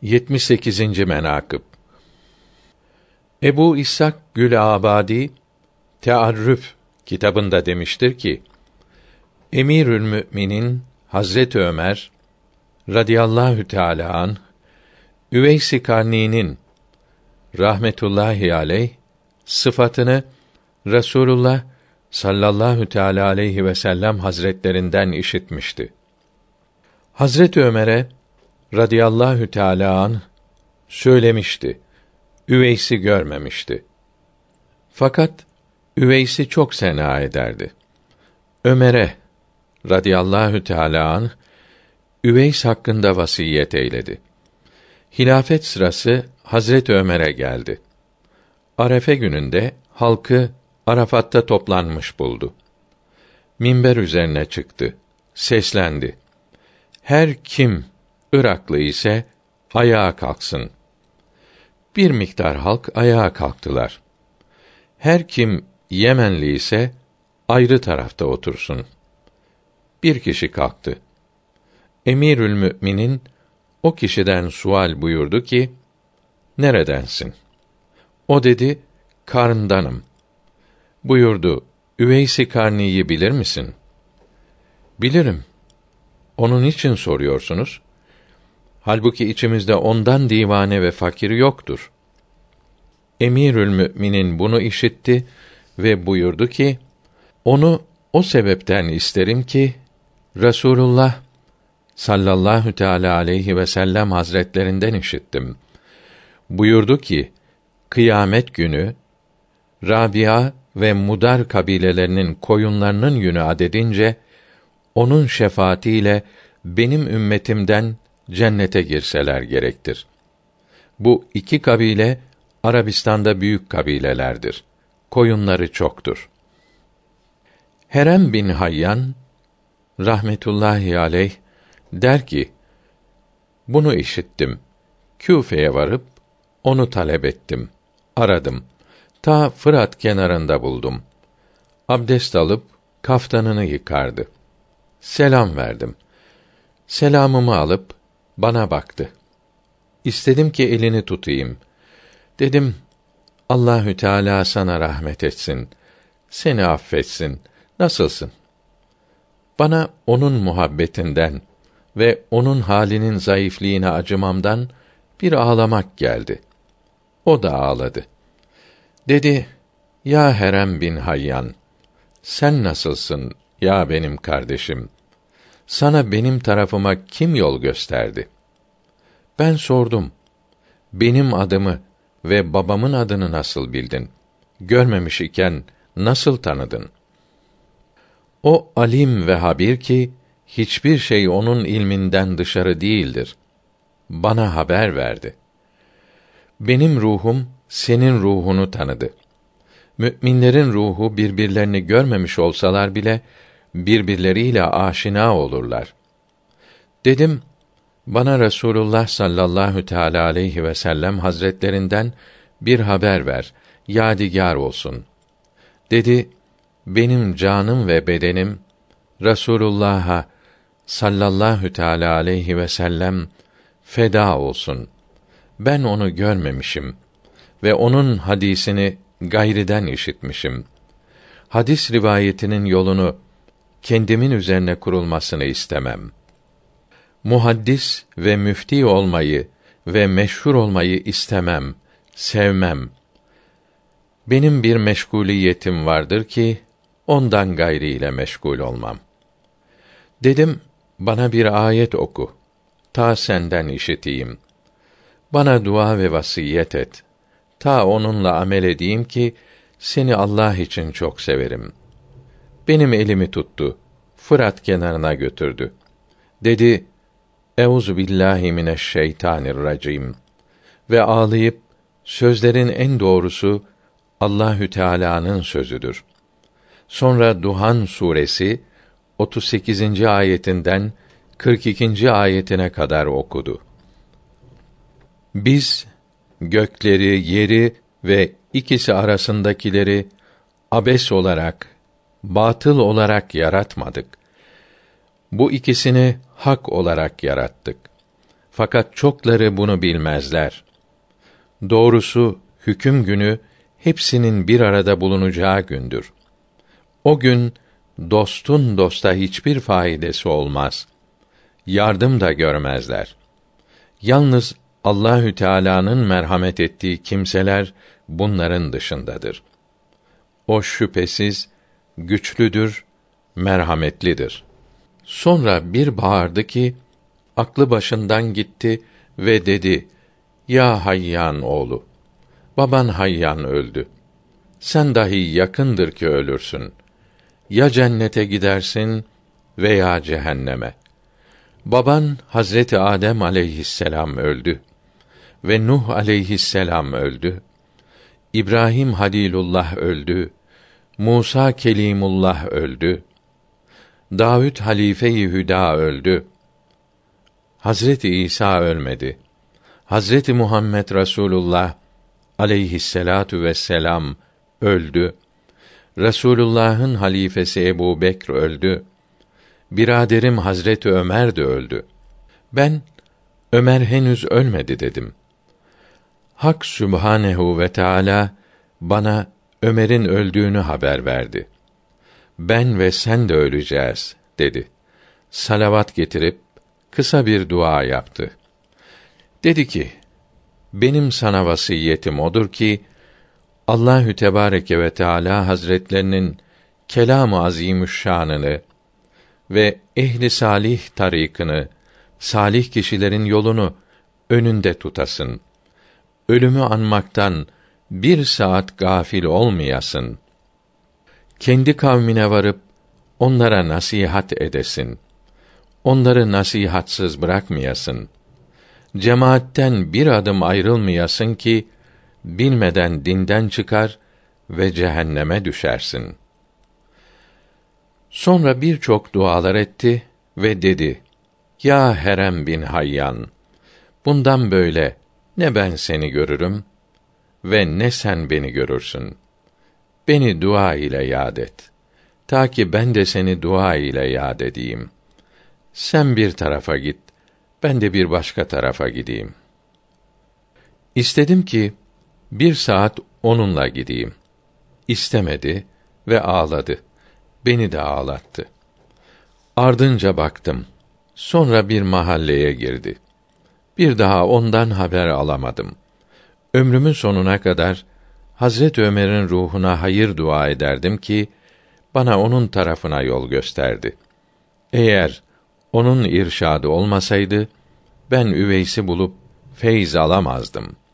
78. menakıb. Ebu İshak Gül'abadi Tearrüf kitabında demiştir ki, Emirül Müminin Hazret Ömer radıyallahu teâlâ anh, Üveys-i Karni'nin rahmetullahi aleyh sıfatını Resulullah sallallahu teâlâ aleyhi ve sellem hazretlerinden işitmişti. Hazret Ömer'e radıyallahu teâlâ anh söylemişti. Üveys'i görmemişti. Fakat Üveys'i çok sena ederdi. Ömer'e radıyallahu teâlâ anh Üveys hakkında vasiyet eyledi. Hilafet sırası Hazret Ömer'e geldi. Arefe gününde halkı Arafat'ta toplanmış buldu. Minber üzerine çıktı. Seslendi. Her kim Iraklı ise ayağa kalksın. Bir miktar halk ayağa kalktılar. Her kim Yemenli ise ayrı tarafta otursun. Bir kişi kalktı. Emirül Müminin o kişiden sual buyurdu ki, neredensin? O dedi, Karn'danım. Buyurdu, Üveys-i Karni'yi bilir misin? Bilirim. Onun için soruyorsunuz. Halbuki içimizde ondan divane ve fakir yoktur. Emirül Müminin bunu işitti ve buyurdu ki, onu o sebepten isterim ki, Resulullah sallallahu teâlâ aleyhi ve sellem hazretlerinden işittim. Buyurdu ki, kıyamet günü, Rabia ve Mudar kabilelerinin koyunlarının yünü adedince, onun şefaatiyle benim ümmetimden cennete girseler gerektir. Bu iki kabile Arabistan'da büyük kabilelerdir. Koyunları çoktur. Herem bin Hayyan rahmetullahi aleyh der ki, bunu işittim. Küfe'ye varıp onu talep ettim. Aradım. Ta Fırat kenarında buldum. Abdest alıp kaftanını yıkardı. Selam verdim. Selamımı alıp bana baktı. İstedim ki elini tutayım. Dedim, Allahü Teâlâ sana rahmet etsin. Seni affetsin. Nasılsın? Bana onun muhabbetinden ve onun halinin zayıflığına acımamdan bir ağlamak geldi. O da ağladı. Dedi, ya Herem bin Hayyan, sen nasılsın ya benim kardeşim? Sana benim tarafıma kim yol gösterdi? Ben sordum. Benim adımı ve babamın adını nasıl bildin? Görmemiş iken nasıl tanıdın? O alim ve habir ki, hiçbir şey onun ilminden dışarı değildir. Bana haber verdi. Benim ruhum, senin ruhunu tanıdı. Mü'minlerin ruhu birbirlerini görmemiş olsalar bile, birbirleriyle aşina olurlar. Dedim, bana Resulullah sallallahu teâlâ aleyhi ve sellem hazretlerinden bir haber ver, yadigar olsun. Dedi, benim canım ve bedenim Resulullah'a sallallahu teâlâ aleyhi ve sellem feda olsun. Ben onu görmemişim ve onun hadisini gayriden işitmişim. Hadis rivayetinin yolunu kendimin üzerine kurulmasını istemem. Muhaddis ve müfti olmayı ve meşhur olmayı istemem, sevmem. Benim bir meşguliyetim vardır ki, ondan gayriyle meşgul olmam. Dedim, bana bir ayet oku. Ta senden işiteyim. Bana dua ve vasiyet et. Ta onunla amel edeyim ki, seni Allah için çok severim. Benim elimi tuttu. Fırat kenarına götürdü. Dedi, Euzu billahi mineşşeytanirracim. Ve ağlayıp, sözlerin en doğrusu Allahü Teâlâ'nın sözüdür. Sonra Duhan suresi 38. ayetinden 42. ayetine kadar okudu. Biz gökleri, yeri ve ikisi arasındakileri abes olarak, batıl olarak yaratmadık. Bu ikisini hak olarak yarattık. Fakat çokları bunu bilmezler. Doğrusu hüküm günü hepsinin bir arada bulunacağı gündür. O gün dostun dosta hiçbir faydası olmaz. Yardım da görmezler. Yalnız Allahü Teala'nın merhamet ettiği kimseler bunların dışındadır. O şüphesiz güçlüdür, merhametlidir. Sonra bir bağırdı ki aklı başından gitti ve dedi: Ya Hayyan oğlu, baban Hayyan öldü. Sen dahi yakındır ki ölürsün. Ya cennete gidersin veya cehenneme. Baban Hazreti Adem aleyhisselam öldü ve Nuh aleyhisselam öldü. İbrahim Halilullah öldü. Musa Kelimullah öldü. Davud halife-i hüda öldü. Hazreti İsa ölmedi. Hazreti Muhammed Rasulullah aleyhisselatu vesselam öldü. Resulullah'ın halifesi Ebu Bekr öldü. Biraderim Hazreti Ömer de öldü. Ben Ömer henüz ölmedi dedim. Hak Sübhanehu ve Teâlâ bana Ömer'in öldüğünü haber verdi. Ben ve sen de öleceğiz dedi. Salavat getirip kısa bir dua yaptı. Dedi ki: Benim sana vasiyetim odur ki Allahü Tebareke ve Teala Hazretlerinin kelam-ı azîmüşşânını ve ehli salih tarikını, salih kişilerin yolunu önünde tutasın. Ölümü anmaktan bir saat gafil olmayasın. Kendi kavmine varıp onlara nasihat edesin. Onları nasihatsız bırakmayasın. Cemaatten bir adım ayrılmayasın ki bilmeden dinden çıkar ve cehenneme düşersin. Sonra birçok dualar etti ve dedi: Ya Herem bin Hayyan, bundan böyle ne ben seni görürüm ve ne sen beni görürsün. Beni dua ile yad et. Ta ki ben de seni dua ile yad edeyim. Sen bir tarafa git, ben de bir başka tarafa gideyim. İstedim ki bir saat onunla gideyim. İstemedi ve ağladı. Beni de ağlattı. Ardınca baktım. Sonra bir mahalleye girdi. Bir daha ondan haber alamadım. Ömrümün sonuna kadar Hazret Ömer'in ruhuna hayır dua ederdim ki bana onun tarafına yol gösterdi. Eğer onun irşadı olmasaydı ben Üveys'i bulup feyz alamazdım.